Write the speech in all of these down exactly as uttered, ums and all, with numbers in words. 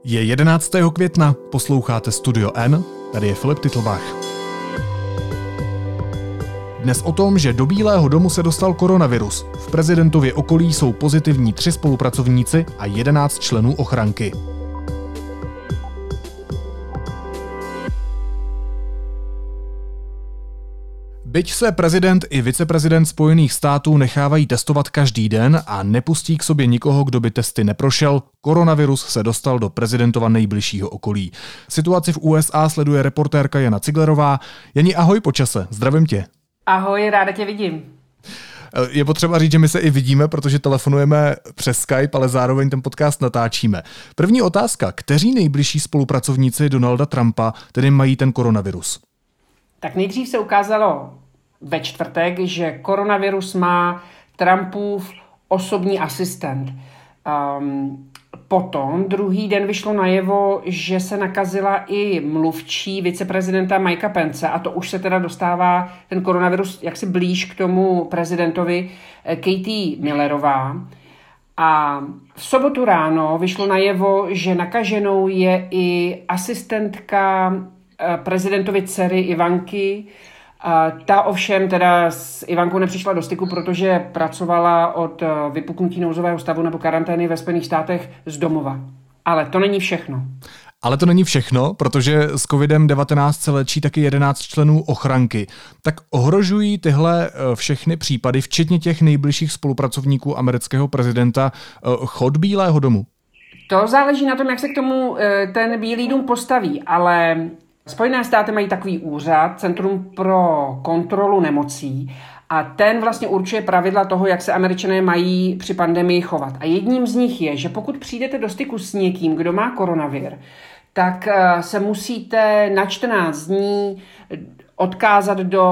Je jedenáctého května, posloucháte Studio N, tady je Filip Titlbach. Dnes o tom, že do Bílého domu se dostal koronavirus. V prezidentově okolí jsou pozitivní tři spolupracovníci a jedenáct členů ochranky. Byť se prezident i viceprezident Spojených států nechávají testovat každý den a nepustí k sobě nikoho, kdo by testy neprošel, koronavirus se dostal do prezidentova nejbližšího okolí. Situaci v U S A sleduje reportérka Jana Ciglerová. Jani, ahoj po čase, zdravím tě. Ahoj, ráda tě vidím. Je potřeba říct, že my se i vidíme, protože telefonujeme přes Skype, ale zároveň ten podcast natáčíme. První otázka, kteří nejbližší spolupracovníci Donalda Trumpa tedy mají ten koronavirus? Tak nejdřív se ukázalo ve čtvrtek, že koronavirus má Trumpův osobní asistent. Um, potom druhý den vyšlo najevo, že se nakazila i mluvčí viceprezidenta Mikea Pence, a to už se teda dostává ten koronavirus jaksi blíž k tomu prezidentovi, Katie Millerová. A v sobotu ráno vyšlo najevo, že nakaženou je i asistentka prezidentovy dcery Ivanky. Ta ovšem teda s Ivankou nepřišla do styku, protože pracovala od vypuknutí nouzového stavu nebo karantény ve Spojených státech z domova. Ale to není všechno. Ale to není všechno, protože s covidem devatenáct se léčí taky jedenáct členů ochranky. Tak ohrožují tyhle všechny případy, včetně těch nejbližších spolupracovníků amerického prezidenta, chod Bílého domu? To záleží na tom, jak se k tomu ten Bílý dům postaví, ale Spojené státy mají takový úřad, Centrum pro kontrolu nemocí, a ten vlastně určuje pravidla toho, jak se Američané mají při pandemii chovat. A jedním z nich je, že pokud přijdete do styku s někým, kdo má koronavir, tak se musíte na čtrnáct dní odkázat do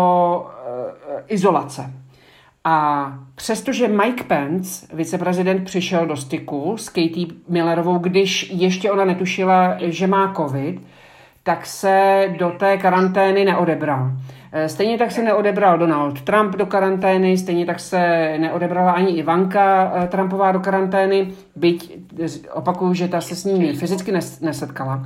izolace. A přestože Mike Pence, viceprezident, přišel do styku s Katie Millerovou, když ještě ona netušila, že má covid, tak se do té karantény neodebral. Stejně tak se neodebral Donald Trump do karantény, stejně tak se neodebrala ani Ivanka Trumpová do karantény, byť opakuju, že ta se s ní fyzicky nesetkala.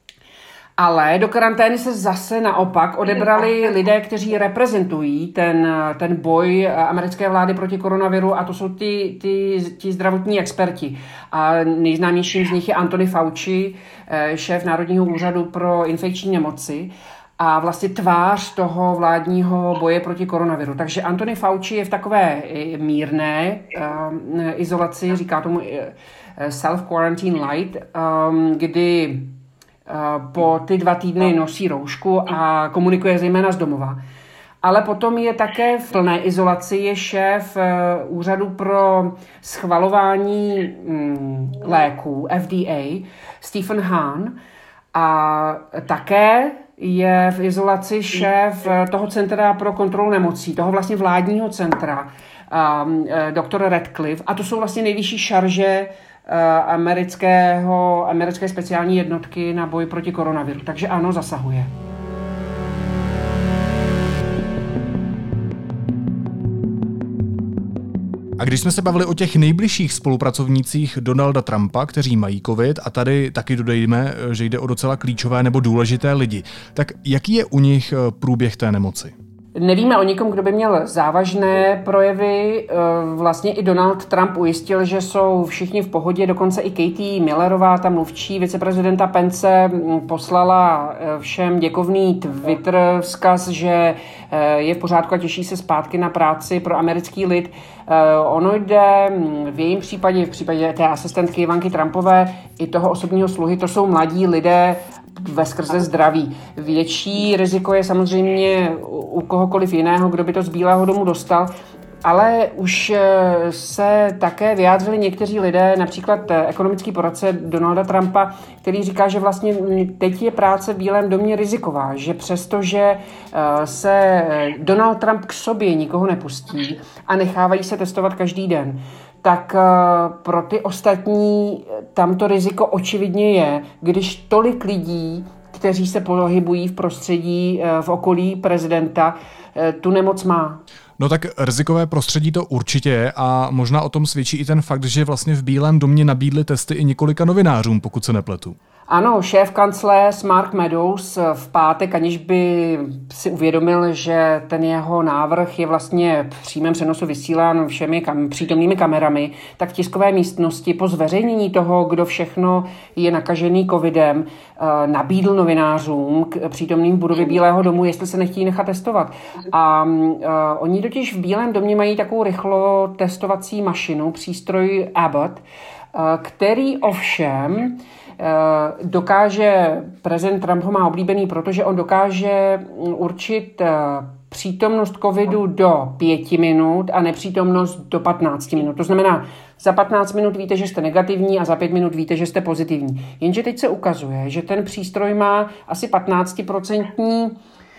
Ale do karantény se zase naopak odebrali lidé, kteří reprezentují ten, ten boj americké vlády proti koronaviru, a to jsou ty, ty, ty zdravotní experti. A nejznámějším z nich je Anthony Fauci, šéf Národního úřadu pro infekční nemoci a vlastně tvář toho vládního boje proti koronaviru. Takže Anthony Fauci je v takové mírné um, izolaci, říká tomu self-quarantine light, um, kdy po ty dva týdny nosí roušku a komunikuje zejména z domova. Ale potom je také v plné izolaci je šéf úřadu pro schvalování léků F D A Stephen Hahn, a také je v izolaci šéf toho Centra pro kontrolu nemocí, toho vlastně vládního centra, doktor Radcliffe, a to jsou vlastně nejvyšší šarže amerického, americké speciální jednotky na boj proti koronaviru. Takže ano, zasahuje. A když jsme se bavili o těch nejbližších spolupracovnících Donalda Trumpa, kteří mají covid, a tady taky dodejme, že jde o docela klíčové nebo důležité lidi, tak jaký je u nich průběh té nemoci? Nevíme o nikom, kdo by měl závažné projevy. Vlastně i Donald Trump ujistil, že jsou všichni v pohodě, dokonce i Katie Millerová, ta mluvčí viceprezidenta Pence, poslala všem děkovný Twitter vzkaz, že je v pořádku a těší se zpátky na práci pro americký lid. Ono jde v jejím případě, v případě té asistentky Ivanky Trumpové i toho osobního sluhy, to jsou mladí lidé veskrze zdraví. Větší riziko je samozřejmě u kohokoliv jiného, kdo by to z Bílého domu dostal, ale už se také vyjádřili někteří lidé, například ekonomický poradce Donalda Trumpa, který říká, že vlastně teď je práce v Bílém domě riziková, že přestože se Donald Trump k sobě nikoho nepustí a nechávají se testovat každý den, tak pro ty ostatní tam to riziko očividně je, když tolik lidí, kteří se pohybují v prostředí v okolí prezidenta, tu nemoc má. No tak rizikové prostředí to určitě je a možná o tom svědčí i ten fakt, že vlastně v Bílém domě nabídli testy i několika novinářům, pokud se nepletu. Ano, šéf kancléř Mark Meadows v pátek, aniž by si uvědomil, že ten jeho návrh je vlastně v přímém přenosu vysílán všemi kam, přítomnými kamerami, tak v tiskové místnosti po zveřejnění toho, kdo všechno je nakažený covidem, nabídl novinářům k přítomným v budově Bílého domu, jestli se nechtějí nechat testovat. A uh, oni totiž v Bílém domě mají takovou rychlo testovací mašinu, přístroj Abbott, uh, který ovšem dokáže, prezident Trump ho má oblíbený, protože on dokáže určit přítomnost covidu do pěti minut a nepřítomnost do patnácti minut. To znamená, za patnáct minut víte, že jste negativní a za pět minut víte, že jste pozitivní. Jenže teď se ukazuje, že ten přístroj má asi patnáctiprocentní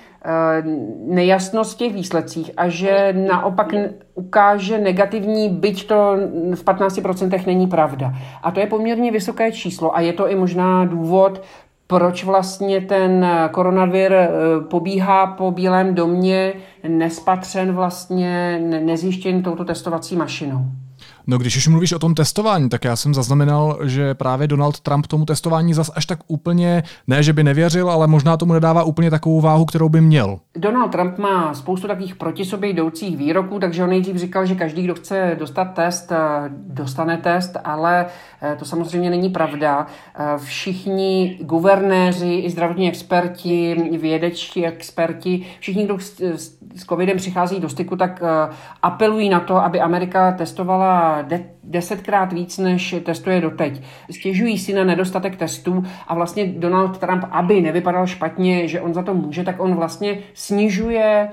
nejasnost v těch výsledcích a že naopak ukáže negativní, byť to v patnácti procentech není pravda. A to je poměrně vysoké číslo a je to i možná důvod, proč vlastně ten koronavir pobíhá po Bílém domě nespatřen vlastně, nezjištěn touto testovací mašinou. No když už mluvíš o tom testování, tak já jsem zaznamenal, že právě Donald Trump tomu testování zas až tak úplně, ne že by nevěřil, ale možná tomu nedává úplně takovou váhu, kterou by měl. Donald Trump má spoustu takových proti sobě jdoucích výroků, takže on nejdřív říkal, že každý, kdo chce dostat test, dostane test, ale to samozřejmě není pravda. Všichni guvernéři, i zdravotní experti, vědečtí experti, všichni, kdo s covidem přichází do styku, tak apelují na to, aby Amerika testovala de- desetkrát víc, než testuje doteď. Stěžují si na nedostatek testů a vlastně Donald Trump, aby nevypadal špatně, že on za to může, tak on vlastně snižuje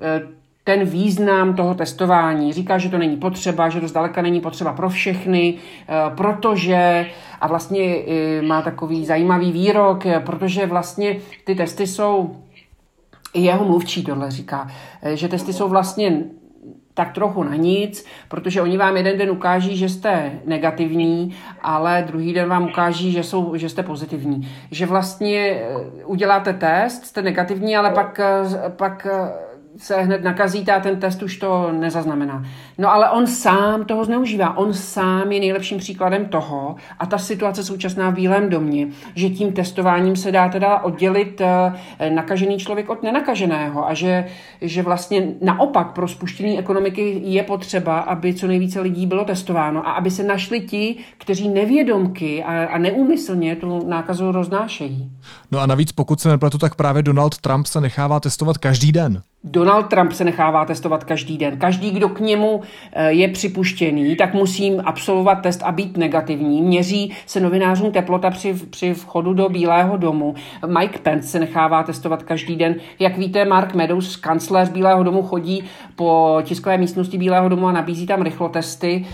ten význam toho testování. Říká, že to není potřeba, že to zdaleka není potřeba pro všechny, protože, a vlastně má takový zajímavý výrok, protože vlastně ty testy jsou, jeho mluvčí tohle říká, že testy jsou vlastně tak trochu na nic, protože oni vám jeden den ukáží, že jste negativní, ale druhý den vám ukáží, že, jsou, že jste pozitivní. Že vlastně uděláte test, jste negativní, ale pak, pak se hned nakazíte a ten test už to nezaznamená. No ale on sám toho zneužívá. On sám je nejlepším příkladem toho a ta situace současná v Bílém domě, že tím testováním se dá teda oddělit nakažený člověk od nenakaženého a že, že vlastně naopak pro spuštění ekonomiky je potřeba, aby co nejvíce lidí bylo testováno a aby se našli ti, kteří nevědomky a, a neúmyslně tu nákazu roznášejí. No a navíc, pokud se nepletu, tak právě Donald Trump se nechává testovat každý den. Donald Trump se nechává testovat každý den. Každý, kdo k němu je připuštěný, tak musí absolvovat test a být negativní. Měří se novinářům teplota při, při vchodu do Bílého domu. Mike Pence se nechává testovat každý den. Jak víte, Mark Meadows, kancléř Bílého domu, chodí po tiskové místnosti Bílého domu a nabízí tam rychlotesty.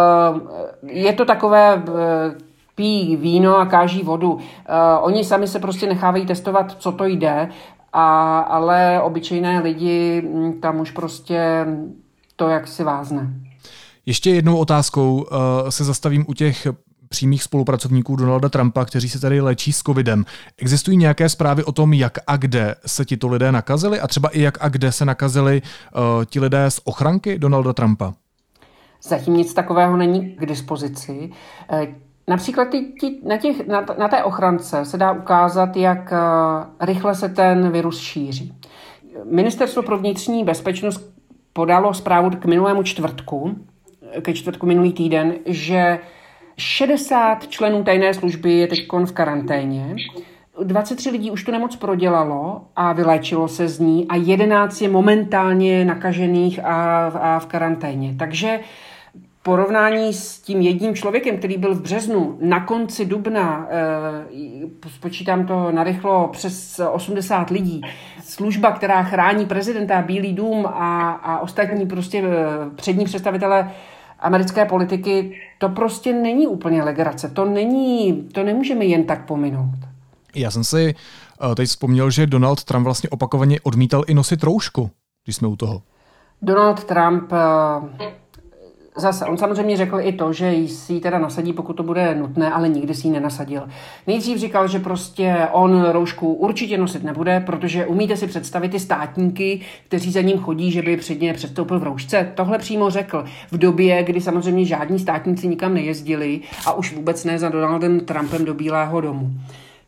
Je to takové pijí víno a káží vodu. Uh, oni sami se prostě nechávají testovat, co to jde, a, ale obyčejné lidi tam už prostě to jak si vázne. Ještě jednou otázkou uh, se zastavím u těch přímých spolupracovníků Donalda Trumpa, kteří se tady léčí s covidem. Existují nějaké zprávy o tom, jak a kde se tito lidé nakazili a třeba i jak a kde se nakazili uh, ti lidé z ochranky Donalda Trumpa? Zatím nic takového není k dispozici. Například ty, ty, na, těch, na, na té ochrance se dá ukázat, jak rychle se ten virus šíří. Ministerstvo pro vnitřní bezpečnost podalo zprávu k minulému čtvrtku, ke čtvrtku minulý týden, že šedesát členů tajné služby je teď v karanténě, dvacet tři lidí už tu nemoc prodělalo a vyléčilo se z ní a jedenáct je momentálně nakažených a, a v karanténě. Takže porovnání s tím jedním člověkem, který byl v březnu, na konci dubna, eh, spočítám to narychlo, přes osmdesát lidí, služba, která chrání prezidenta, Bílý dům a, a ostatní prostě přední představitelé americké politiky, to prostě není úplně legrace. To není, to nemůžeme jen tak pominout. Já jsem si teď vzpomněl, že Donald Trump vlastně opakovaně odmítal i nosit roušku, když jsme u toho. Donald Trump... Eh, Zase, on samozřejmě řekl i to, že si ji teda nasadí, pokud to bude nutné, ale nikdy si ji nenasadil. Nejdřív říkal, že prostě on roušku určitě nosit nebude, protože umíte si představit ty státníky, kteří za ním chodí, že by před ně předstoupil v roušce. Tohle přímo řekl v době, kdy samozřejmě žádní státníci nikam nejezdili a už vůbec ne za Donaldem Trumpem do Bílého domu.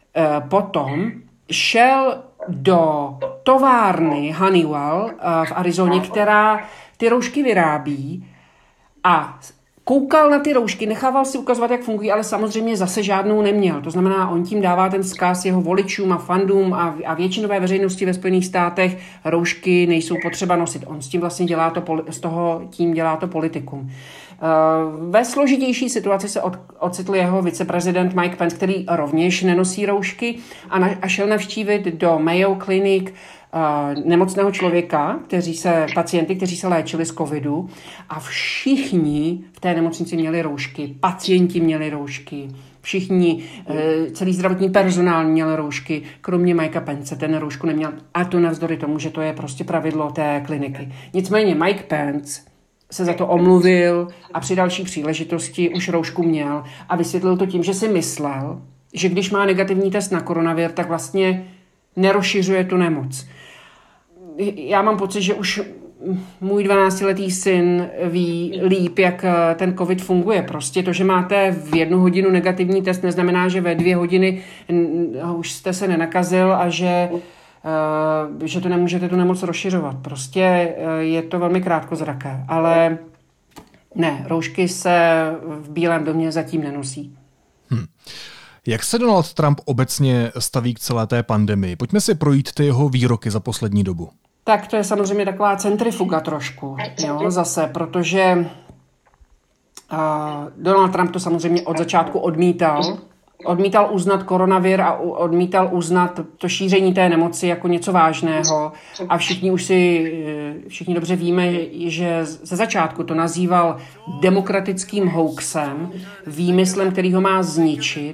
e, potom šel do továrny Honeywell e, v Arizoně, která ty roušky vyrábí, a koukal na ty roušky, nechával si ukazovat, jak fungují, ale samozřejmě zase žádnou neměl. To znamená, on tím dává ten vzkaz jeho voličům a fandům a, a většinové veřejnosti ve Spojených státech, roušky nejsou potřeba nosit. On s tím vlastně dělá to, z toho tím dělá to politikum. Ve složitější situaci se od, ocitl jeho viceprezident Mike Pence, který rovněž nenosí roušky a, na, a šel navštívit do Mayo Clinic uh, nemocného člověka, kteří se, pacienty, kteří se léčili z covidu, a všichni v té nemocnici měli roušky, pacienti měli roušky, všichni, uh, celý zdravotní personál měl roušky, kromě Mikea Pence, ten roušku neměl, a to navzdory tomu, že to je prostě pravidlo té kliniky. Nicméně Mike Pence se za to omluvil a při další příležitosti už roušku měl a vysvětlil to tím, že si myslel, že když má negativní test na koronavir, tak vlastně nerozšiřuje tu nemoc. Já mám pocit, že už můj dvanáctiletý syn ví líp, jak ten covid funguje. Prostě to, že máte v jednu hodinu negativní test, neznamená, že ve dvě hodiny už jste se nenakazil a že Uh, že to nemůžete tu nemoc rozšiřovat. Prostě uh, je to velmi krátkozraké. Ale ne, roušky se v Bílém domě zatím nenosí. Hmm. Jak se Donald Trump obecně staví k celé té pandemii? Pojďme si projít ty jeho výroky za poslední dobu. Tak to je samozřejmě taková centrifuga trošku. Jo, zase, protože uh, Donald Trump to samozřejmě od začátku odmítal. Odmítal uznat koronavir a odmítal uznat to šíření té nemoci jako něco vážného. A všichni už si, všichni dobře víme, že ze začátku to nazýval demokratickým hoaxem, výmyslem, který ho má zničit.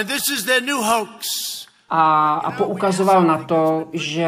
A, a poukazoval na to, že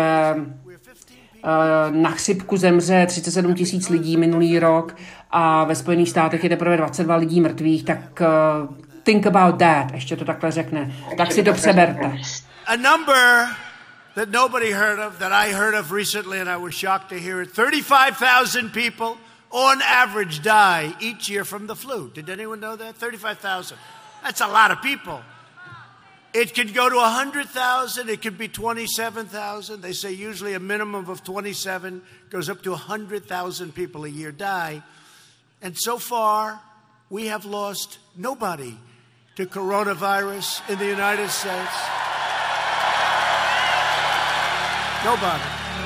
na chřipku zemře třicet sedm tisíc lidí minulý rok a ve Spojených státech je teprve dvacet dva lidí mrtvých, tak think about that, ještě to takhle řekne. Tak si to přeberte. A number that nobody heard of, that I heard of recently and I was shocked to hear it. thirty-five thousand people on average die each year from the flu. Did anyone know that? thirty-five thousand. That's a lot of people. It could go to one hundred thousand, it could be twenty-seven thousand. They say usually a minimum of twenty-seven goes up to one hundred thousand people a year die. And so far, we have lost nobody to coronavirus in the United States. Nobody.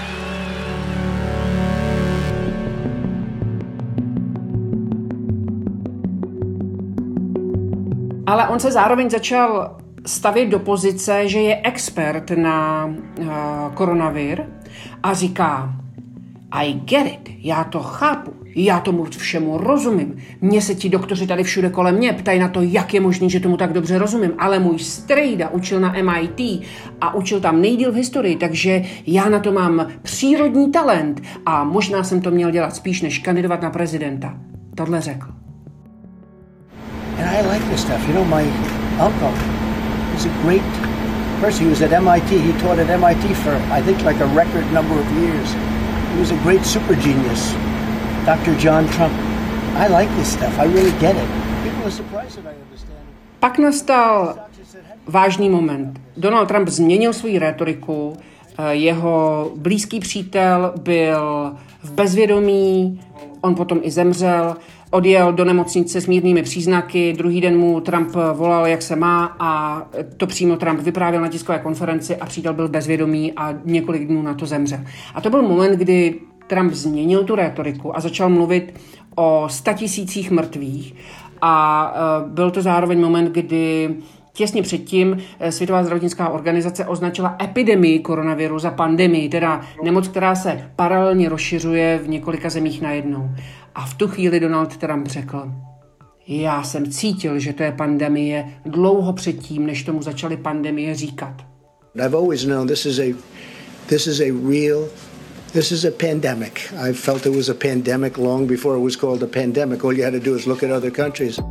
Ale on se zároveň začal stavět do pozice, že je expert na uh, koronavir a říká: I get it, já to chápu, já tomu všemu rozumím. Mně se ti doktoři tady všude kolem mě ptají na to, jak je možný, že tomu tak dobře rozumím, ale můj strejda učil na M I T a učil tam nejdýl v historii, takže já na to mám přírodní talent a možná jsem to měl dělat spíš, než kandidovat na prezidenta. Tohle řekl. And I like this stuff. You know, my uncle was a great person. He was at M I T. He taught at M I T for, I think, like a record number of years. He was a great super genius, Doctor John Trump. I like this stuff. I really get it. People are surprised that I understand it. Pak nastal vážný moment. Donald Trump změnil svou rétoriku. Jeho blízký přítel byl v bezvědomí, on potom i zemřel. Odjel do nemocnice s mírnými příznaky, druhý den mu Trump volal, jak se má, a to přímo Trump vyprávěl na tiskové konferenci a přítel byl bezvědomý a několik dnů na to zemřel. A to byl moment, kdy Trump změnil tu rétoriku a začal mluvit o statisících mrtvých a byl to zároveň moment, kdy těsně předtím Světová zdravotnická organizace označila epidemii koronaviru za pandemii, teda nemoc, která se paralelně rozšiřuje v několika zemích najednou. A v tu chvíli Donald Trump řekl: já jsem cítil, že to je pandemie dlouho předtím, než tomu začaly pandemie říkat. I've always known this is a this is a real this is a pandemic. I felt it was a pandemic long before it was called a pandemic. All you had to do is look at other countries.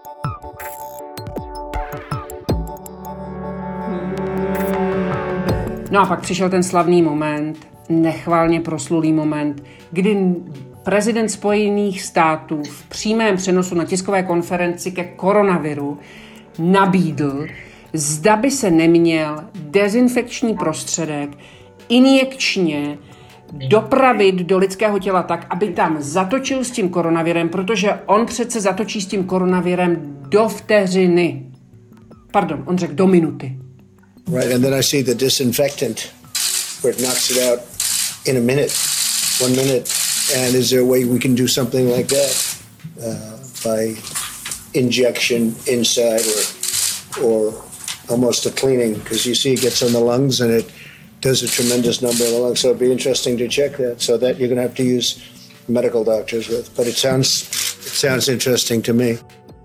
No a pak přišel ten slavný moment, nechvalně proslulý moment, kdy prezident Spojených států v přímém přenosu na tiskové konferenci ke koronaviru nabídl, zda by se neměl dezinfekční prostředek injekčně dopravit do lidského těla tak, aby tam zatočil s tím koronavirem, protože on přece zatočí s tím koronavirem do vteřiny. Pardon, on řekl do minuty. Right, and then I see the disinfectant where it knocks it out in a minute, one minute. And is there a way we can do something like that uh, by injection inside or or almost a cleaning? Because you see it gets on the lungs and it does a tremendous number in the lungs. So it'd be interesting to check that. So that you're going to have to use medical doctors with. But it sounds it sounds interesting to me.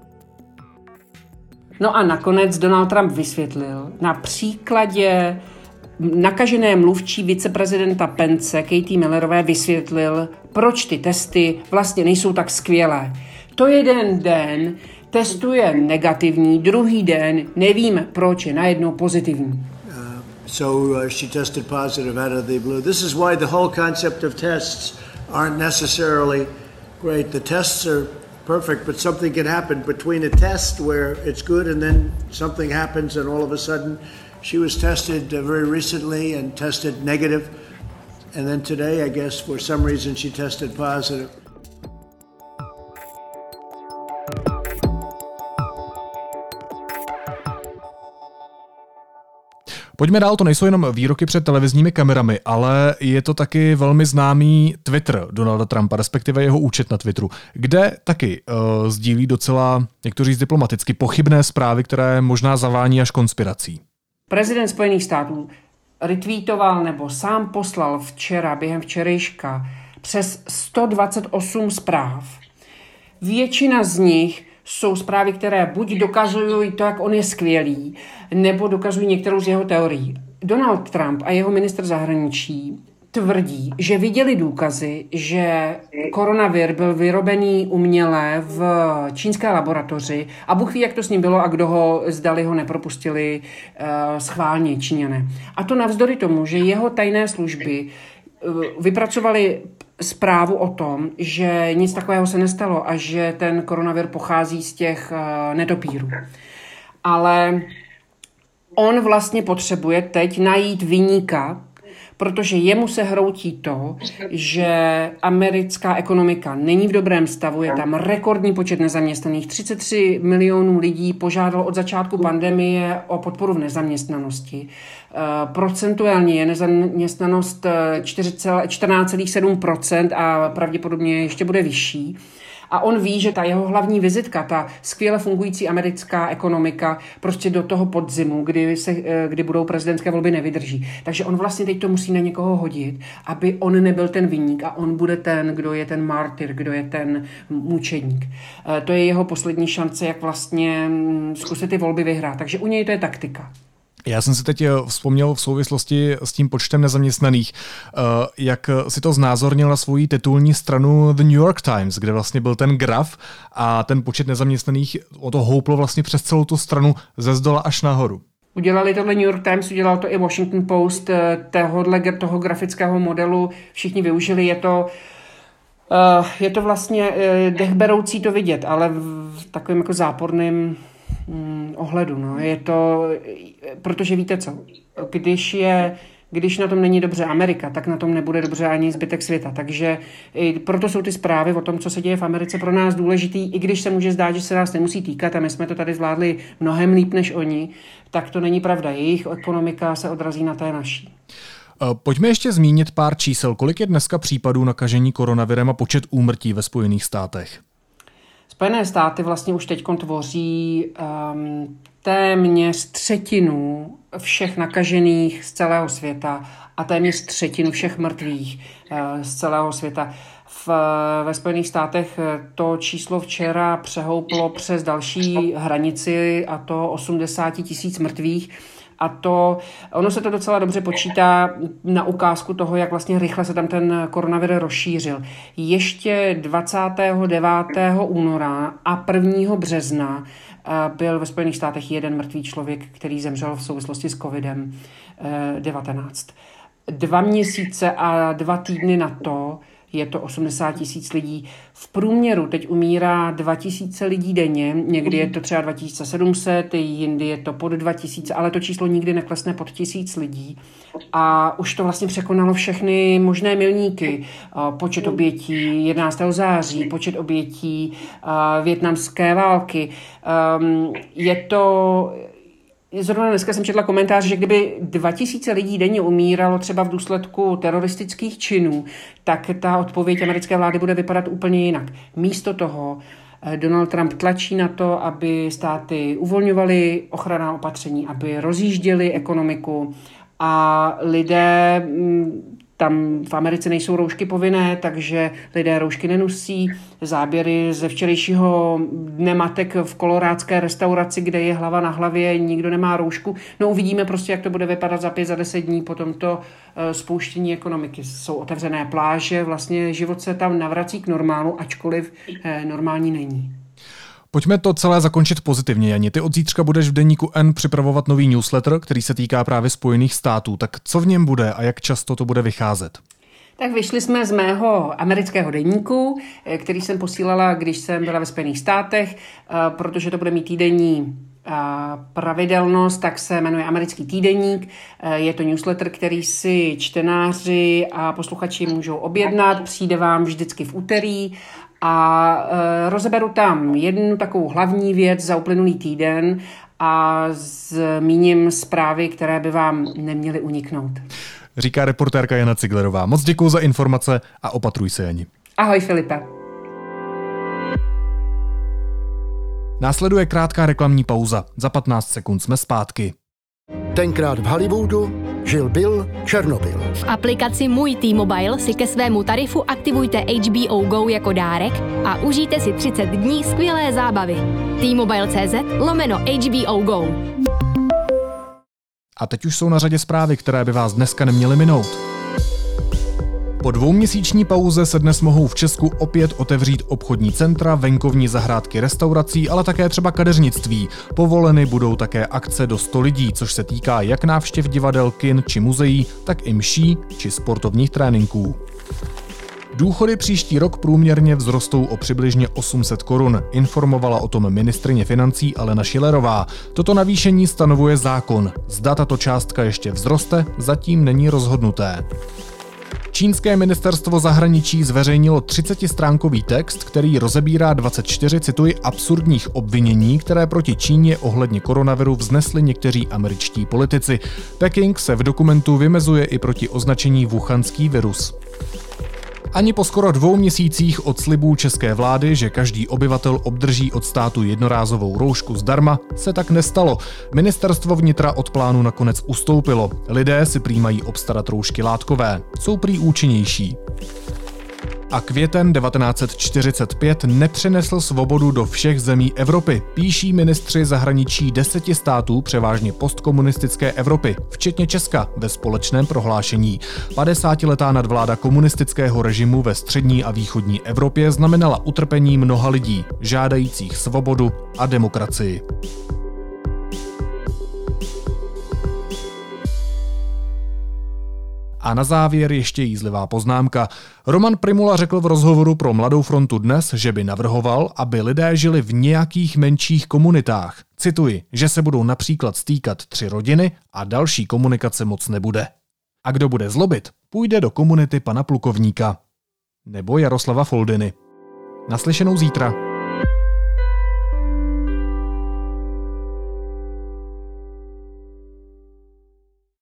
No a nakonec Donald Trump vysvětlil na příkladě nakažené mluvčí viceprezidenta Pence Katie Millerové vysvětlil, proč ty testy vlastně nejsou tak skvělé. To jeden den testuje negativní, druhý den nevíme, proč je najednou pozitivní. Uh, so uh, she tested positive out of the blue. This is why the whole concept of tests aren't necessarily great. The tests are perfect, but something can happen between a test where it's good and then something happens and all of a sudden she was tested uh, very recently and tested negative. And then today, I guess, for some reason, she tested positive. Pojďme dál, to nejsou jenom výroky před televizními kamerami, ale je to taky velmi známý Twitter Donalda Trumpa, respektive jeho účet na Twitteru, kde taky uh, sdílí docela, jak to říct diplomaticky, pochybné zprávy, které možná zavání až konspirací. Prezident Spojených států retweetoval nebo sám poslal včera, během včerejška, přes sto dvacet osm zpráv. Většina z nich jsou zprávy, které buď dokazují to, jak on je skvělý, nebo dokazují některou z jeho teorií. Donald Trump a jeho ministr zahraničí tvrdí, že viděli důkazy, že koronavir byl vyrobený uměle v čínské laboratoři a Bůh ví, jak to s ním bylo a kdo ho, zdali ho nepropustili uh, schválně Číňané. A to navzdory tomu, že jeho tajné služby uh, vypracovali zprávu o tom, že nic takového se nestalo a že ten koronavir pochází z těch uh, netopírů. Ale on vlastně potřebuje teď najít viníka, protože jemu se hroutí to, že americká ekonomika není v dobrém stavu, je tam rekordní počet nezaměstnaných. třicet tři milionů lidí požádalo od začátku pandemie o podporu v nezaměstnanosti. Procentuálně je nezaměstnanost čtrnáct celá sedm procenta a pravděpodobně ještě bude vyšší. A on ví, že ta jeho hlavní vizitka, ta skvěle fungující americká ekonomika, prostě do toho podzimu, kdy, se, kdy budou prezidentské volby, nevydrží. Takže on vlastně teď to musí na někoho hodit, aby on nebyl ten viník a on bude ten, kdo je ten martyr, kdo je ten mučedník. To je jeho poslední šance, jak vlastně zkusit ty volby vyhrát. Takže u něj to je taktika. Já jsem si teď vzpomněl v souvislosti s tím počtem nezaměstnaných, jak si to znázornil na svoji titulní stranu The New York Times, kde vlastně byl ten graf a ten počet nezaměstnaných o to houplo vlastně přes celou tu stranu ze zdola až nahoru. Udělali tohle New York Times, udělal to i Washington Post, tohohle, toho grafického modelu všichni využili, je to uh, je to vlastně uh, dechberoucí to vidět, ale v takovém jako záporném mm, ohledu. No. Je to, protože víte co, když je Když na tom není dobře Amerika, tak na tom nebude dobře ani zbytek světa. Takže proto jsou ty zprávy o tom, co se děje v Americe, pro nás důležitý, i když se může zdát, že se nás nemusí týkat a my jsme to tady zvládli mnohem líp než oni, tak to není pravda. Jejich ekonomika se odrazí na té naší. Pojďme ještě zmínit pár čísel. Kolik je dneska případů nakažení koronavirem a počet úmrtí ve Spojených státech? Spojené státy vlastně už teď tvoří um, téměř třetinu všech nakažených z celého světa a téměř třetinu všech mrtvých uh, z celého světa. V, ve Spojených státech to číslo včera přehouplo přes další hranici, a to osmdesát tisíc mrtvých. A to, ono se to docela dobře počítá na ukázku toho, jak vlastně rychle se tam ten koronavir rozšířil. Ještě dvacátého devátého února a prvního března byl ve Spojených státech jeden mrtvý člověk, který zemřel v souvislosti s covidem devatenáct. Dva měsíce a dva týdny na to je to osmdesát tisíc lidí. V průměru teď umírá dva tisíce lidí denně, někdy je to třeba dva tisíce sedm set, jindy je to pod dva tisíce, ale to číslo nikdy neklesne pod tisíc lidí. A už to vlastně překonalo všechny možné milníky. Počet obětí jedenáctého září, počet obětí vietnamské války. Je to... Zrovna dneska jsem četla komentář, že kdyby dva tisíce lidí denně umíralo třeba v důsledku teroristických činů, tak ta odpověď americké vlády bude vypadat úplně jinak. Místo toho Donald Trump tlačí na to, aby státy uvolňovaly ochranná opatření, aby rozjížděly ekonomiku a lidé... Tam v Americe nejsou roušky povinné, takže lidé roušky nenosí. Záběry ze včerejšího dne matek v kolorádské restauraci, kde je hlava na hlavě, nikdo nemá roušku. No uvidíme prostě, jak to bude vypadat za pět, za deset dní po tomto spouštění ekonomiky. Jsou otevřené pláže, vlastně život se tam navrací k normálu, ačkoliv normální není. Pojďme to celé zakončit pozitivně, Jani. Ty od zítřka budeš v deníku N připravovat nový newsletter, který se týká právě Spojených států. Tak co v něm bude a jak často to bude vycházet? Tak vyšli jsme z mého amerického deníku, který jsem posílala, když jsem byla ve Spojených státech, protože to bude mít týdenní pravidelnost, tak se jmenuje Americký týdeník. Je to newsletter, který si čtenáři a posluchači můžou objednat. Přijde vám vždycky v úterý a rozeberu tam jednu takovou hlavní věc za uplynulý týden a zmíním zprávy, které by vám neměly uniknout. Říká reportérka Jana Ciglerová. Moc děkuju za informace a opatruj se, Jani. Ahoj, Filipe. Následuje krátká reklamní pauza. Za patnáct sekund jsme zpátky. Tenkrát v Hollywoodu žil Bill Černobyl. V aplikaci Můj T-Mobile si ke svému tarifu aktivujte H B O Go jako dárek a užijte si třicet dní skvělé zábavy. T-Mobile.cz lomeno H B O Go. A teď už jsou na řadě zprávy, které by vás dneska neměly minout. Po dvouměsíční pauze se dnes mohou v Česku opět otevřít obchodní centra, venkovní zahrádky restaurací, ale také třeba kadeřnictví. Povoleny budou také akce do sto lidí, což se týká jak návštěv divadel, kin či muzeí, tak i mší či sportovních tréninků. Důchody příští rok průměrně vzrostou o přibližně osm set korun, informovala o tom ministryně financí Alena Schillerová. Toto navýšení stanovuje zákon. Zda tato částka ještě vzroste, zatím není rozhodnuté. Čínské ministerstvo zahraničí zveřejnilo třicetistránkový text, který rozebírá dvacet čtyři, cituji, absurdních obvinění, které proti Číně ohledně koronaviru vznesli někteří američtí politici. Peking se v dokumentu vymezuje i proti označení wuchanský virus. Ani po skoro dvou měsících od slibů české vlády, že každý obyvatel obdrží od státu jednorázovou roušku zdarma, se tak nestalo. Ministerstvo vnitra od plánu nakonec ustoupilo. Lidé si prý mají obstarat roušky látkové. Jsou prý účinnější. A květen devatenáct set čtyřicet pět nepřinesl svobodu do všech zemí Evropy, píší ministři zahraničí deseti států převážně postkomunistické Evropy, včetně Česka, ve společném prohlášení. padesátiletá nadvláda komunistického režimu ve střední a východní Evropě znamenala utrpení mnoha lidí, žádajících svobodu a demokracii. A na závěr ještě jízlivá poznámka. Roman Prymula řekl v rozhovoru pro Mladou frontu Dnes, že by navrhoval, aby lidé žili v nějakých menších komunitách. Cituji, že se budou například stýkat tři rodiny a další komunikace moc nebude. A kdo bude zlobit, půjde do komunity pana plukovníka. Nebo Jaroslava Foldiny. Naslyšenou zítra.